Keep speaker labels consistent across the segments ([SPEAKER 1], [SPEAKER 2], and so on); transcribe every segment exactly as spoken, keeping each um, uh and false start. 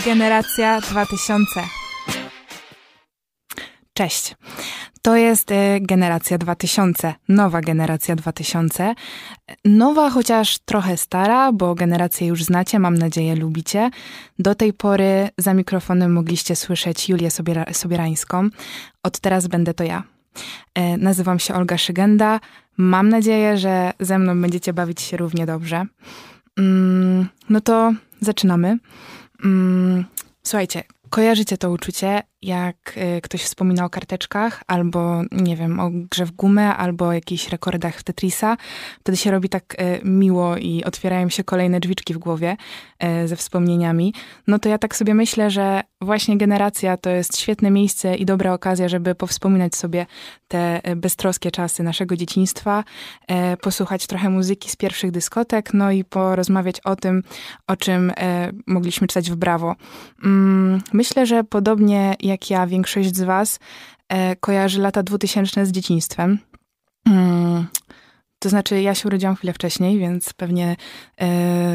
[SPEAKER 1] Generacja dwa tysiące. Cześć. To jest y, Generacja dwa tysiące, nowa Generacja dwa tysiące. Nowa, chociaż trochę stara, bo generację już znacie, mam nadzieję lubicie. Do tej pory za mikrofonem mogliście słyszeć Julię Sobiera- Sobierańską. Od teraz będę to ja. Y, nazywam się Olga Szygenda. Mam nadzieję, że ze mną będziecie bawić się równie dobrze. Mm, no to zaczynamy. Mm, słuchajcie, kojarzycie to uczucie, jak y, ktoś wspomina o karteczkach, albo, nie wiem, o grze w gumę, albo o jakichś rekordach w Tetrisa. Wtedy się robi tak y, miło i otwierają się kolejne drzwiczki w głowie y, ze wspomnieniami. No to ja tak sobie myślę, że właśnie generacja to jest świetne miejsce i dobra okazja, żeby powspominać sobie te beztroskie czasy naszego dzieciństwa, y, posłuchać trochę muzyki z pierwszych dyskotek, no i porozmawiać o tym, o czym y, mogliśmy czytać w Brawo. Mm, myślę, że podobnie jak jak ja, większość z was e, kojarzy lata dwutysięczne z dzieciństwem. Hmm. To znaczy, ja się urodziłam chwilę wcześniej, więc pewnie e,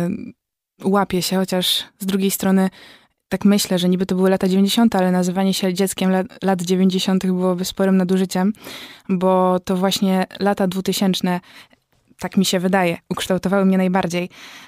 [SPEAKER 1] łapię się, chociaż z drugiej strony tak myślę, że niby to były lata dziewięćdziesiąte, ale nazywanie się dzieckiem lat, lat dziewięćdziesiątych byłoby sporym nadużyciem, bo to właśnie lata dwutysięczne, tak mi się wydaje, ukształtowały mnie najbardziej.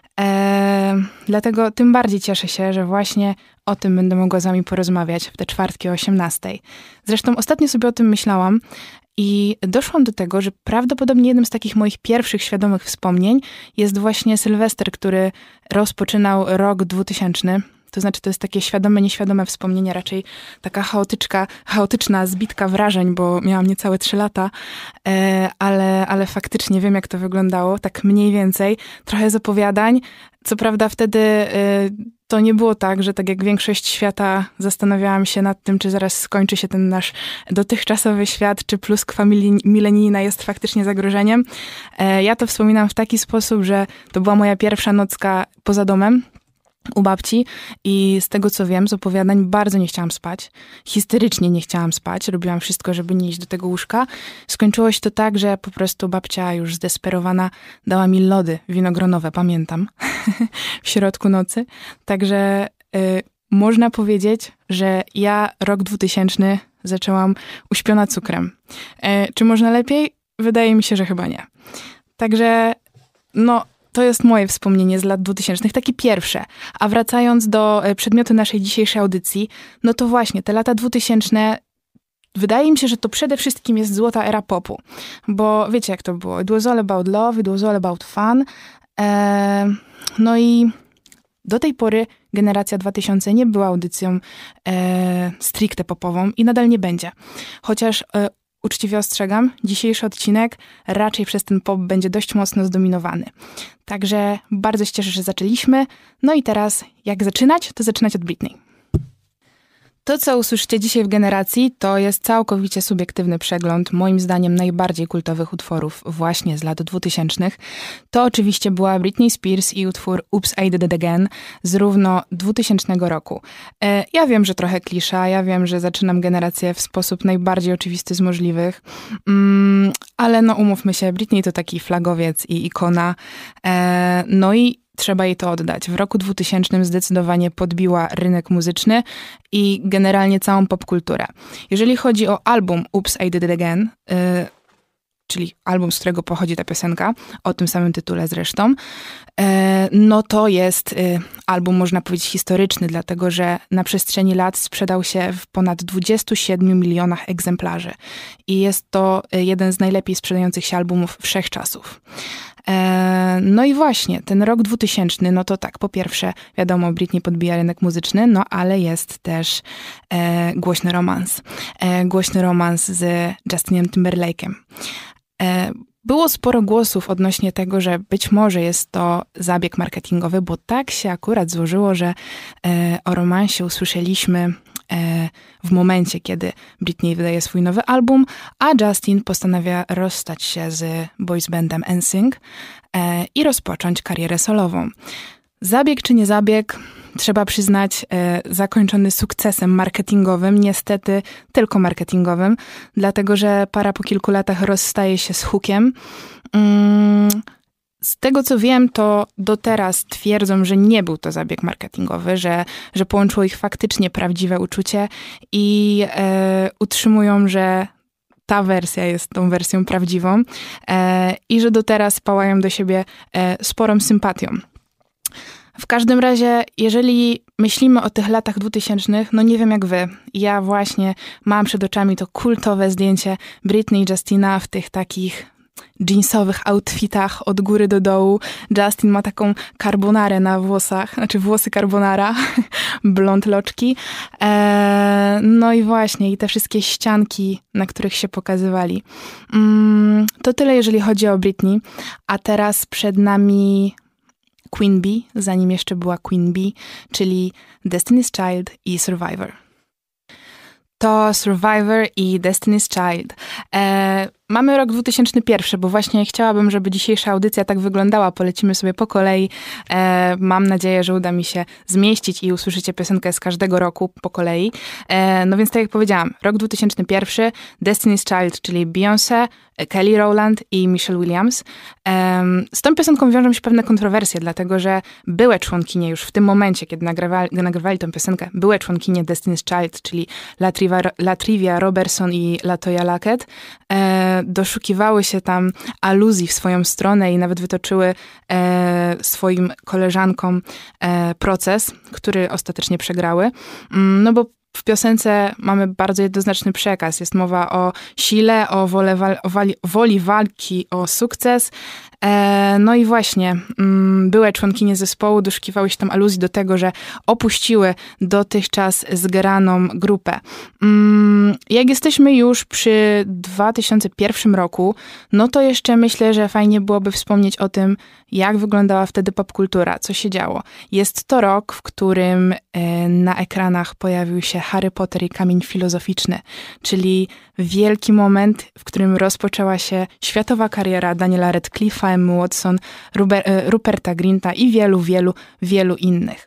[SPEAKER 1] Eee, dlatego tym bardziej cieszę się, że właśnie o tym będę mogła z wami porozmawiać w te czwartki o osiemnastej. Zresztą ostatnio sobie o tym myślałam i doszłam do tego, że prawdopodobnie jednym z takich moich pierwszych świadomych wspomnień jest właśnie Sylwester, który rozpoczynał rok dwutysięczny. To znaczy, to jest takie świadome, nieświadome wspomnienie, raczej taka chaotyczka, chaotyczna zbitka wrażeń, bo miałam niecałe trzy lata, e, ale, ale faktycznie wiem, jak to wyglądało, tak mniej więcej. Trochę z opowiadań. Co prawda wtedy e, to nie było tak, że tak jak większość świata zastanawiałam się nad tym, czy zaraz skończy się ten nasz dotychczasowy świat, czy pluskwa milenijna jest faktycznie zagrożeniem. E, ja to wspominam w taki sposób, że to była moja pierwsza nocka poza domem, u babci i z tego, co wiem, z opowiadań bardzo nie chciałam spać. Histerycznie nie chciałam spać. Robiłam wszystko, żeby nie iść do tego łóżka. Skończyło się to tak, że po prostu babcia już zdesperowana dała mi lody winogronowe, pamiętam, w środku nocy. Także y, można powiedzieć, że ja rok dwutysięczny zaczęłam uśpiona cukrem. Y, czy można lepiej? Wydaje mi się, że chyba nie. Także no... To jest moje wspomnienie z lat dwutysięcznych, takie pierwsze. A wracając do przedmiotu naszej dzisiejszej audycji, no to właśnie te lata dwutysięczne, wydaje mi się, że to przede wszystkim jest złota era popu. Bo wiecie, jak to było. It was all about love, it was all about fun. Eee, no i do tej pory Generacja dwa tysiące nie była audycją e, stricte popową i nadal nie będzie. Chociaż e, uczciwie ostrzegam, dzisiejszy odcinek raczej przez ten pop będzie dość mocno zdominowany. Także bardzo się cieszę, że zaczęliśmy. No i teraz, jak zaczynać, to zaczynać od Britney. To, co usłyszycie dzisiaj w Generacji, to jest całkowicie subiektywny przegląd, moim zdaniem, najbardziej kultowych utworów właśnie z lat dwutysięcznych. To oczywiście była Britney Spears i utwór Oops, I Did It Again z równo dwutysięcznego roku. E, ja wiem, że trochę klisza, ja wiem, że zaczynam Generację w sposób najbardziej oczywisty z możliwych, mm, ale no umówmy się, Britney to taki flagowiec i ikona. E, no i trzeba jej to oddać. W roku dwutysięcznym zdecydowanie podbiła rynek muzyczny i generalnie całą popkulturę. Jeżeli chodzi o album Oops, I Did It Again, yy, czyli album, z którego pochodzi ta piosenka, o tym samym tytule zresztą, yy, no to jest yy, album, można powiedzieć, historyczny, dlatego że na przestrzeni lat sprzedał się w ponad dwudziestu siedmiu milionach egzemplarzy. I jest to yy, jeden z najlepiej sprzedających się albumów wszechczasów. No i właśnie, ten rok dwutysięczny, no to tak, po pierwsze, wiadomo, Britney podbija rynek muzyczny, no ale jest też e, głośny romans. E, głośny romans z Justinem Timberlake'em. E, było sporo głosów odnośnie tego, że być może jest to zabieg marketingowy, bo tak się akurat złożyło, że e, o romansie usłyszeliśmy w momencie, kiedy Britney wydaje swój nowy album, a Justin postanawia rozstać się z boys bandem N Sync i rozpocząć karierę solową. Zabieg czy nie zabieg, trzeba przyznać, zakończony sukcesem marketingowym, niestety tylko marketingowym, dlatego że para po kilku latach rozstaje się z Hookiem. z tego, co wiem, to do teraz twierdzą, że nie był to zabieg marketingowy, że, że połączyło ich faktycznie prawdziwe uczucie i e, utrzymują, że ta wersja jest tą wersją prawdziwą e, i że do teraz pałają do siebie e, sporą sympatią. W każdym razie, jeżeli myślimy o tych latach dwutysięcznych, no nie wiem jak wy, ja właśnie mam przed oczami to kultowe zdjęcie Britney i Justina w tych takich jeansowych outfitach od góry do dołu. Justin ma taką carbonarę na włosach, znaczy włosy carbonara, blond loczki. Eee, no i właśnie, i te wszystkie ścianki, na których się pokazywali. Mm, to tyle, jeżeli chodzi o Britney. A teraz przed nami Queen Bee, zanim jeszcze była Queen Bee, czyli Destiny's Child i Survivor. To Survivor i Destiny's Child. E, mamy rok dwa tysiące pierwszy, bo właśnie chciałabym, żeby dzisiejsza audycja tak wyglądała. Polecimy sobie po kolei. E, mam nadzieję, że uda mi się zmieścić i usłyszycie piosenkę z każdego roku po kolei. E, no więc tak jak powiedziałam, rok dwa tysiące pierwszy, Destiny's Child, czyli Beyoncé, Kelly Rowland i Michelle Williams. Um, z tą piosenką wiążą się pewne kontrowersje, dlatego że były członkinie już w tym momencie, kiedy nagrywali, nagrywali tę piosenkę, były członkinie Destiny's Child, czyli Latriva, Latrivia Robertson i Latoya Luckett, e, doszukiwały się tam aluzji w swoją stronę i nawet wytoczyły e, swoim koleżankom e, proces, który ostatecznie przegrały. Mm, no bo w piosence mamy bardzo jednoznaczny przekaz. Jest mowa o sile, o, wole, o wali, woli walki, o sukces. E, no i właśnie, mm, były członkinie zespołu doszukiwały się tam aluzji do tego, że opuściły dotychczas zgraną grupę. Mm, jak jesteśmy już przy dwa tysiące pierwszym roku, no to jeszcze myślę, że fajnie byłoby wspomnieć o tym, jak wyglądała wtedy popkultura, co się działo. Jest to rok, w którym e, na ekranach pojawił się Harry Potter i Kamień Filozoficzny, czyli wielki moment, w którym rozpoczęła się światowa kariera Daniela Radcliffe'a, Emmy Watson, Ruber, Ruperta Grinta i wielu, wielu, wielu innych.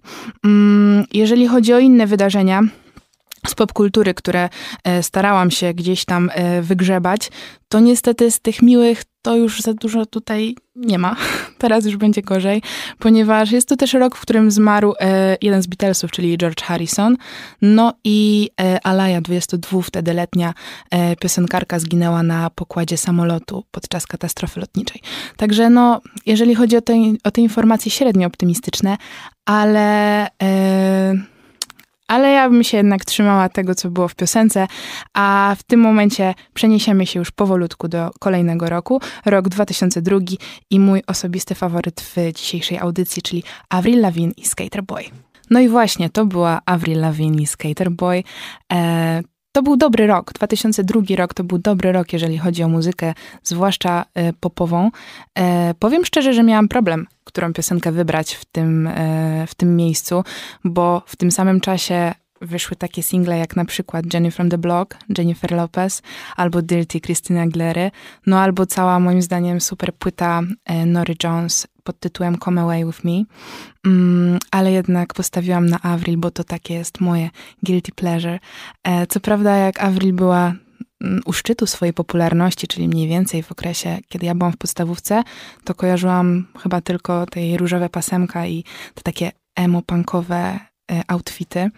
[SPEAKER 1] Jeżeli chodzi o inne wydarzenia z popkultury, które starałam się gdzieś tam wygrzebać, to niestety z tych miłych to już za dużo tutaj nie ma. Teraz już będzie gorzej, ponieważ jest to też rok, w którym zmarł e, jeden z Beatlesów, czyli George Harrison. No i e, Alaya, dwudziestodwu wtedy letnia e, piosenkarka, zginęła na pokładzie samolotu podczas katastrofy lotniczej. Także no, jeżeli chodzi o te, o te informacje średnio optymistyczne, ale... E, Ale ja bym się jednak trzymała tego, co było w piosence, a w tym momencie przeniesiemy się już powolutku do kolejnego roku, rok dwa tysiące drugi i mój osobisty faworyt w dzisiejszej audycji, czyli Avril Lavigne i Skater Boy. No i właśnie, to była Avril Lavigne i Skater Boy. E, to był dobry rok, dwa tysiące drugi rok to był dobry rok, jeżeli chodzi o muzykę, zwłaszcza e, popową. E, powiem szczerze, że miałam problem, którą piosenkę wybrać w tym, w tym miejscu, bo w tym samym czasie wyszły takie single jak na przykład Jenny from the Block, Jennifer Lopez, albo Dirty Christina Aguilera, no albo cała moim zdaniem super płyta Norah Jones pod tytułem Come Away With Me, um, ale jednak postawiłam na Avril, bo to takie jest moje guilty pleasure. E, co prawda jak Avril była u szczytu swojej popularności, czyli mniej więcej w okresie, kiedy ja byłam w podstawówce, to kojarzyłam chyba tylko te jej różowe pasemka i te takie emo-punkowe outfity.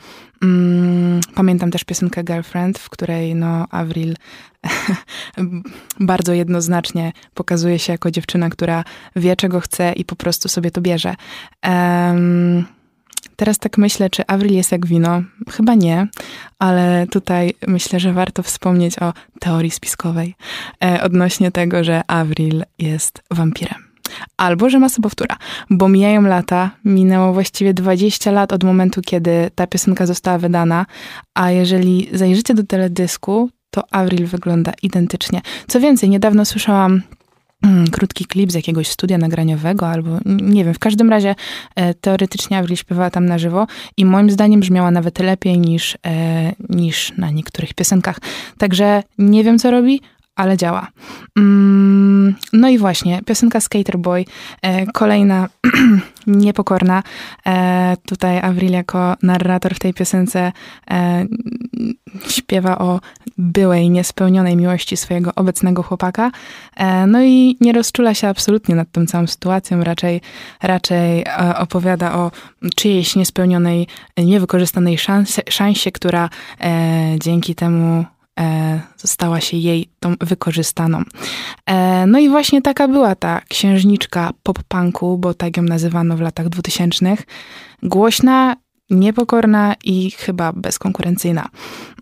[SPEAKER 1] Pamiętam też piosenkę Girlfriend, w której no Avril bardzo jednoznacznie pokazuje się jako dziewczyna, która wie, czego chce i po prostu sobie to bierze. Um, Teraz tak myślę, czy Avril jest jak wino? Chyba nie, ale tutaj myślę, że warto wspomnieć o teorii spiskowej e, odnośnie tego, że Avril jest wampirem. Albo, że ma sobowtóra, bo mijają lata, minęło właściwie dwadzieścia lat od momentu, kiedy ta piosenka została wydana, a jeżeli zajrzycie do teledysku, to Avril wygląda identycznie. Co więcej, niedawno słyszałam krótki klip z jakiegoś studia nagraniowego, albo nie wiem, w każdym razie e, teoretycznie Avril śpiewała tam na żywo i moim zdaniem brzmiała nawet lepiej niż, e, niż na niektórych piosenkach. Także nie wiem, co robi, ale działa. Mm, No i właśnie, piosenka Skater Boy, kolejna niepokorna. Tutaj Avril jako narrator w tej piosence śpiewa o byłej, niespełnionej miłości swojego obecnego chłopaka. No i nie rozczula się absolutnie nad tą całą sytuacją, raczej, raczej opowiada o czyjejś niespełnionej, niewykorzystanej szansie, szansie która dzięki temu została się jej tą wykorzystaną. No i właśnie taka była ta księżniczka pop-punku, bo tak ją nazywano w latach dwutysięcznych. Głośna, niepokorna i chyba bezkonkurencyjna.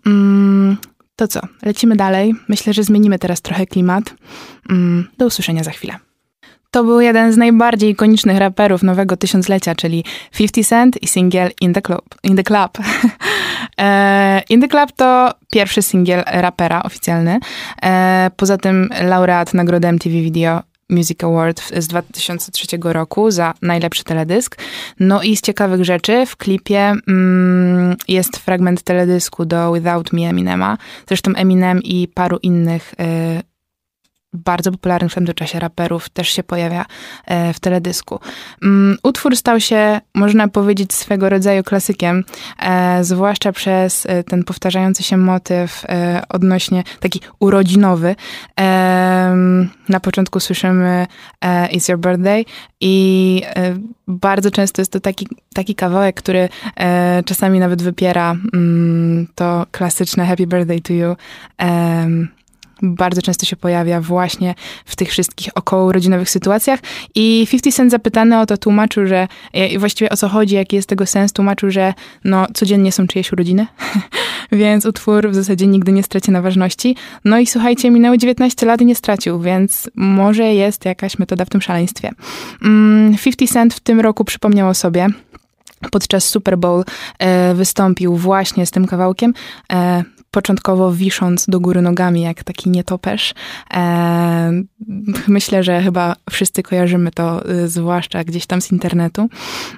[SPEAKER 1] To co? Lecimy dalej. Myślę, że zmienimy teraz trochę klimat. Do usłyszenia za chwilę. To był jeden z najbardziej ikonicznych raperów nowego tysiąclecia, czyli fifty Cent i singiel In the Club. In the Club. In the Club to pierwszy singiel rapera oficjalny. Poza tym laureat nagrody M T V Video Music Award z dwa tysiące trzeciego roku za najlepszy teledysk. No i z ciekawych rzeczy w klipie mm, jest fragment teledysku do Without Me Eminema. Zresztą Eminem i paru innych y, bardzo popularnych w tym czasie raperów też się pojawia e, w teledysku. Um, utwór stał się, można powiedzieć, swego rodzaju klasykiem, e, zwłaszcza przez e, ten powtarzający się motyw e, odnośnie, taki urodzinowy. E, na początku słyszymy e, It's Your Birthday i e, bardzo często jest to taki, taki kawałek, który e, czasami nawet wypiera mm, to klasyczne Happy Birthday to You. E, bardzo często się pojawia właśnie w tych wszystkich okołourodzinowych sytuacjach i fifty Cent zapytany o to tłumaczył, że i właściwie o co chodzi, jaki jest tego sens, tłumaczył, że no codziennie są czyjeś urodziny, więc utwór w zasadzie nigdy nie straci na ważności. No i słuchajcie, minęło dziewiętnaście lat i nie stracił, więc może jest jakaś metoda w tym szaleństwie. fifty Cent w tym roku przypomniał o sobie. Podczas Super Bowl e, wystąpił właśnie z tym kawałkiem, e, początkowo wisząc do góry nogami jak taki nietoperz. E, myślę, że chyba wszyscy kojarzymy to, e, zwłaszcza gdzieś tam z internetu.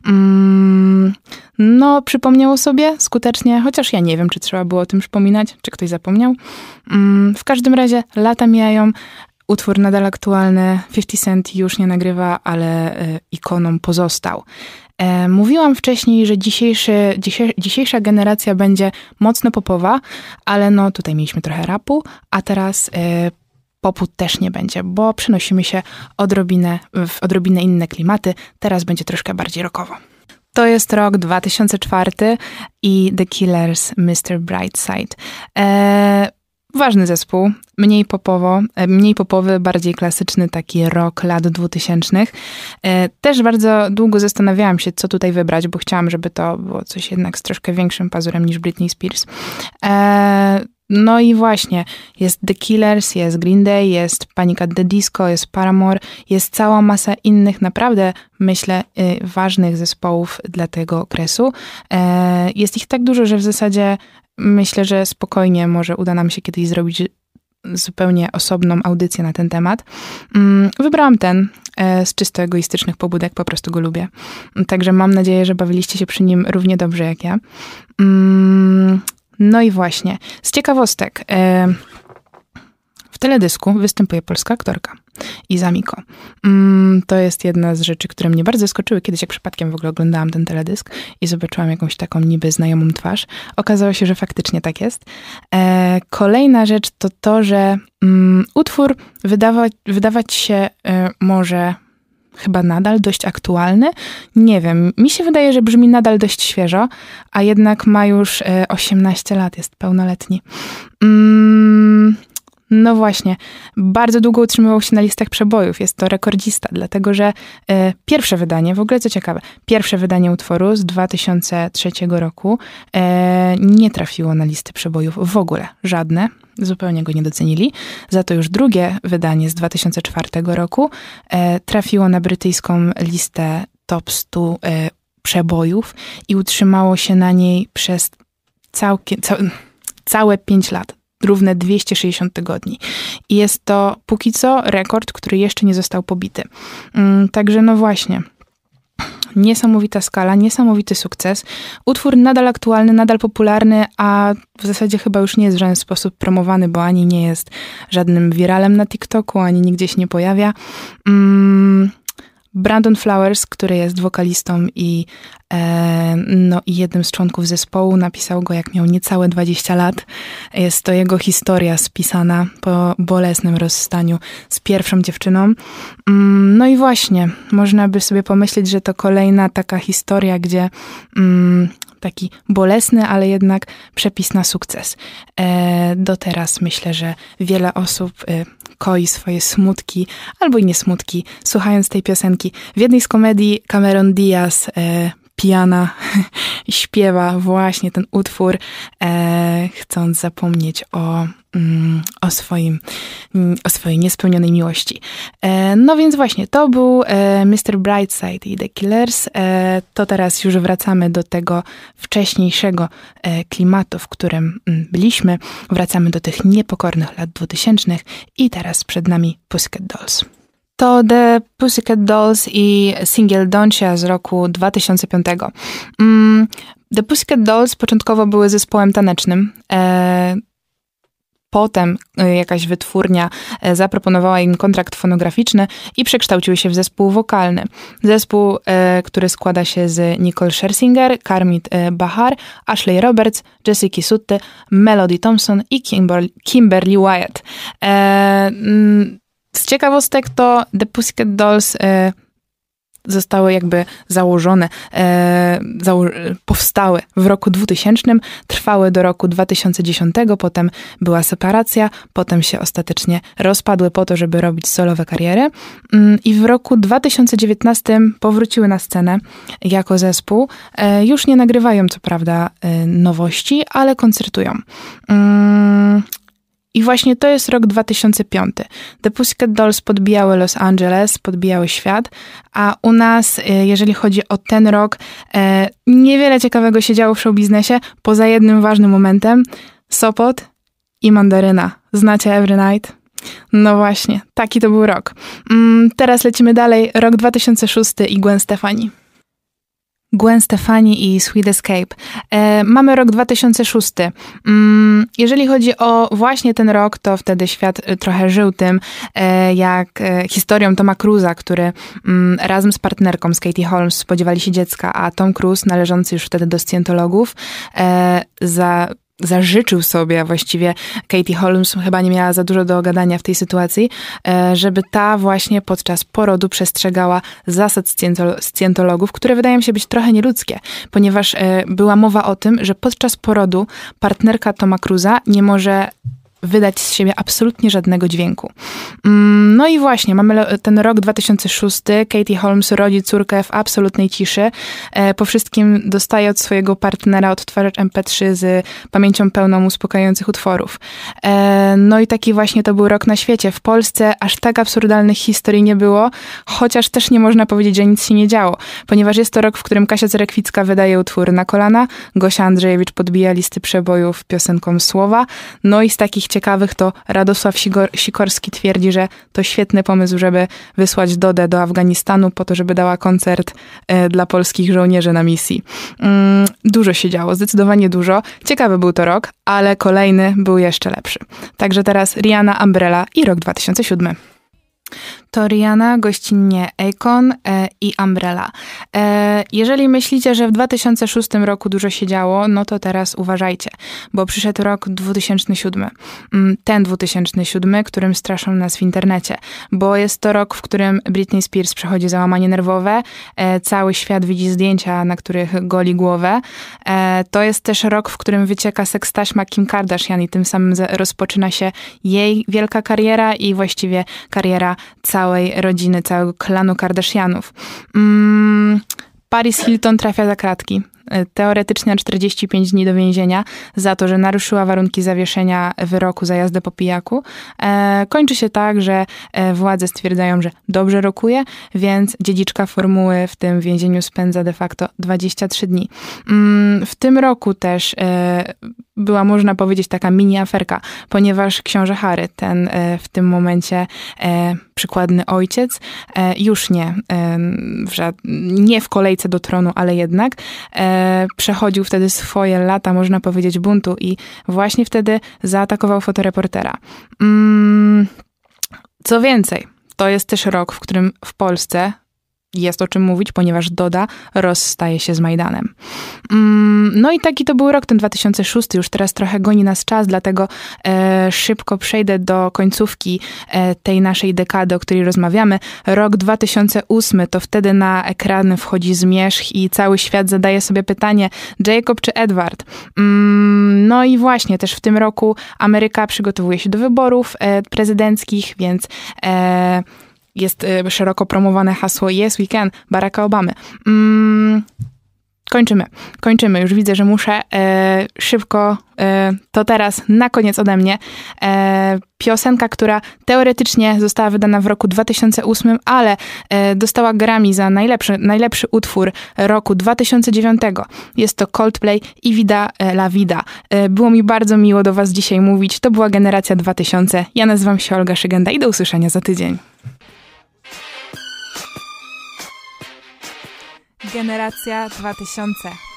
[SPEAKER 1] Mm, no, przypomniał o sobie skutecznie, chociaż ja nie wiem, czy trzeba było o tym przypominać, czy ktoś zapomniał. Mm, w każdym razie lata mijają, utwór nadal aktualny, fifty Cent już nie nagrywa, ale e, ikoną pozostał. E, mówiłam wcześniej, że dzisiejszy, dzisiej, dzisiejsza generacja będzie mocno popowa, ale no tutaj mieliśmy trochę rapu, a teraz e, popu też nie będzie, bo przenosimy się odrobinę, w odrobinę inne klimaty. Teraz będzie troszkę bardziej rockowo. To jest rok dwa tysiące czwarty i The Killers, mister Brightside. E, Ważny zespół, mniej popowo, mniej popowy, bardziej klasyczny taki rock lat dwutysięcznych. Też bardzo długo zastanawiałam się, co tutaj wybrać, bo chciałam, żeby to było coś jednak z troszkę większym pazurem niż Britney Spears. No i właśnie, jest The Killers, jest Green Day, jest Panic at the Disco, jest Paramore, jest cała masa innych, naprawdę, myślę, ważnych zespołów dla tego okresu. Jest ich tak dużo, że w zasadzie myślę, że spokojnie może uda nam się kiedyś zrobić zupełnie osobną audycję na ten temat. Wybrałam ten z czysto egoistycznych pobudek, po prostu go lubię. Także mam nadzieję, że bawiliście się przy nim równie dobrze jak ja. No i właśnie, z ciekawostek. W teledysku występuje polska aktorka, Iza Miko. To jest jedna z rzeczy, które mnie bardzo zaskoczyły. Kiedyś jak przypadkiem w ogóle oglądałam ten teledysk i zobaczyłam jakąś taką niby znajomą twarz. Okazało się, że faktycznie tak jest. Kolejna rzecz to to, że utwór wydawać, wydawać się może chyba nadal dość aktualny. Nie wiem, mi się wydaje, że brzmi nadal dość świeżo, a jednak ma już osiemnaście lat, jest pełnoletni. Mm, no właśnie, bardzo długo utrzymywał się na listach przebojów. Jest to rekordzista, dlatego że e, pierwsze wydanie, w ogóle co ciekawe, pierwsze wydanie utworu z dwa tysiące trzeciego roku e, nie trafiło na listy przebojów w ogóle, żadne. Zupełnie go nie docenili. Za to już drugie wydanie z dwa tysiące czwartego roku e, trafiło na brytyjską listę top stu e, przebojów i utrzymało się na niej przez całkiem, ca, całe pięć lat. Równe dwieście sześćdziesiąt tygodni. I jest to póki co rekord, który jeszcze nie został pobity. Mm, także no właśnie. niesamowita skala, niesamowity sukces. Utwór nadal aktualny, nadal popularny, a w zasadzie chyba już nie jest w żaden sposób promowany, bo ani nie jest żadnym wiralem na TikToku, ani nigdzie się nie pojawia. Mm, Brandon Flowers, który jest wokalistą i, e, no, i jednym z członków zespołu, napisał go jak miał niecałe dwadzieścia lat. Jest to jego historia spisana po bolesnym rozstaniu z pierwszą dziewczyną. Mm, no i właśnie, można by sobie pomyśleć, że to kolejna taka historia, gdzie mm, taki bolesny, ale jednak przepis na sukces. E, do teraz myślę, że wiele osób e, koi swoje smutki, albo i nie smutki, słuchając tej piosenki. W jednej z komedii Cameron Diaz e, pijana śpiewa właśnie ten utwór, e, chcąc zapomnieć o, mm, o, swoim, mm, o swojej niespełnionej miłości. E, no więc właśnie, to był e, mister Brightside i The Killers. E, to teraz już wracamy do tego wcześniejszego e, klimatu, w którym mm, byliśmy. Wracamy do tych niepokornych lat dwutysięcznych i teraz przed nami Pussycat Dolls. To The Pussycat Dolls i singiel Doncia z roku dwa tysiące piątego. Mm, The Pussycat Dolls początkowo były zespołem tanecznym. E, potem jakaś wytwórnia zaproponowała im kontrakt fonograficzny i przekształciły się w zespół wokalny. Zespół, e, który składa się z Nicole Scherzinger, Kermit e, Bahar, Ashley Roberts, Jessica Sutte, Melody Thompson i Kimber- Kimberly Wyatt. E, mm, Z ciekawostek to The Pussycat Dolls e, zostały jakby założone, e, zało- powstały w roku dwutysięcznym, trwały do roku dwa tysiące dziesiątego, potem była separacja, potem się ostatecznie rozpadły po to, żeby robić solowe kariery mm, i w roku dwa tysiące dziewiętnastym powróciły na scenę jako zespół. E, już nie nagrywają co prawda e, nowości, ale koncertują. Mm, I właśnie to jest rok dwa tysiące piąty. The Pussycat Dolls podbijały Los Angeles, podbijały świat, a u nas, jeżeli chodzi o ten rok, niewiele ciekawego się działo w showbiznesie, poza jednym ważnym momentem. Sopot i Mandaryna. Znacie Every Night? No właśnie, taki to był rok. Teraz lecimy dalej. Rok dwa tysiące szósty i Gwen Stefani. Gwen Stefani i Sweet Escape. E, mamy rok dwa tysiące szósty. Mm, jeżeli chodzi o właśnie ten rok, to wtedy świat trochę żył tym, e, jak e, historią Toma Cruise'a, który mm, razem z partnerką, z Katie Holmes, spodziewali się dziecka, a Tom Cruise, należący już wtedy do scjentologów, e, za zażyczył sobie, właściwie Katie Holmes chyba nie miała za dużo do gadania w tej sytuacji, żeby ta właśnie podczas porodu przestrzegała zasad scjentologów, które wydają mi się być trochę nieludzkie, ponieważ była mowa o tym, że podczas porodu partnerka Toma Cruise'a nie może wydać z siebie absolutnie żadnego dźwięku. No i właśnie, mamy ten rok dwa tysiące szósty. Katie Holmes rodzi córkę w absolutnej ciszy. Po wszystkim dostaje od swojego partnera odtwarzacz em pe trzy z pamięcią pełną uspokajających utworów. No i taki właśnie to był rok na świecie. W Polsce aż tak absurdalnych historii nie było, chociaż też nie można powiedzieć, że nic się nie działo, ponieważ jest to rok, w którym Kasia Cerekwicka wydaje utwór Na kolana, Gosia Andrzejewicz podbija listy przebojów piosenką Słowa. No i z takich ciekawych to Radosław Sikorski twierdzi, że to świetny pomysł, żeby wysłać Dodę do Afganistanu po to, żeby dała koncert e, dla polskich żołnierzy na misji. Mm, dużo się działo, zdecydowanie dużo. Ciekawy był to rok, ale kolejny był jeszcze lepszy. Także teraz Rihanna, Umbrella i rok dwa tysiące siódmy. To Rihanna, gościnnie Akon e, i Umbrella. E, jeżeli myślicie, że w dwa tysiące szóstym roku dużo się działo, no to teraz uważajcie, bo przyszedł rok dwa tysiące siódmy. Ten dwa tysiące siódmy, którym straszą nas w internecie, bo jest to rok, w którym Britney Spears przechodzi załamanie nerwowe, e, cały świat widzi zdjęcia, na których goli głowę. E, to jest też rok, w którym wycieka sekstaśma Kim Kardashian i tym samym rozpoczyna się jej wielka kariera i właściwie kariera całej rodziny, całego klanu Kardashianów. Mm, Paris Hilton trafia za kratki. teoretycznie na czterdzieści pięć dni do więzienia za to, że naruszyła warunki zawieszenia wyroku za jazdę po pijaku. Kończy się tak, że władze stwierdzają, że dobrze rokuje, więc dziedziczka formuły w tym więzieniu spędza de facto dwadzieścia trzy dni. W tym roku też była, można powiedzieć, taka mini aferka, ponieważ książę Harry, ten w tym momencie przykładny ojciec, już nie, nie w kolejce do tronu, ale jednak przechodził wtedy swoje lata, można powiedzieć, buntu i właśnie wtedy zaatakował fotoreportera. Co więcej, to jest też rok, w którym w Polsce jest o czym mówić, ponieważ Doda rozstaje się z Majdanem. No i taki to był rok, ten dwa tysiące szósty. Już teraz trochę goni nas czas, dlatego e, szybko przejdę do końcówki e, tej naszej dekady, o której rozmawiamy. Rok dwa tysiące ósmy, to wtedy na ekrany wchodzi Zmierzch i cały świat zadaje sobie pytanie, Jacob czy Edward? Mm, no i właśnie, też w tym roku Ameryka przygotowuje się do wyborów e, prezydenckich, więc e, jest y, szeroko promowane hasło Yes, we can, Baracka Obamy. Mm, kończymy. Kończymy. Już widzę, że muszę e, szybko, e, to teraz na koniec ode mnie. E, piosenka, która teoretycznie została wydana w roku dwa tysiące ósmym, ale e, dostała Grammy za najlepszy, najlepszy utwór roku dwa tysiące dziewiątego. Jest to Coldplay i Vida la Vida. E, było mi bardzo miło do was dzisiaj mówić. To była Generacja dwa tysiące. Ja nazywam się Olga Szygenda i do usłyszenia za tydzień. Generacja dwa tysiące.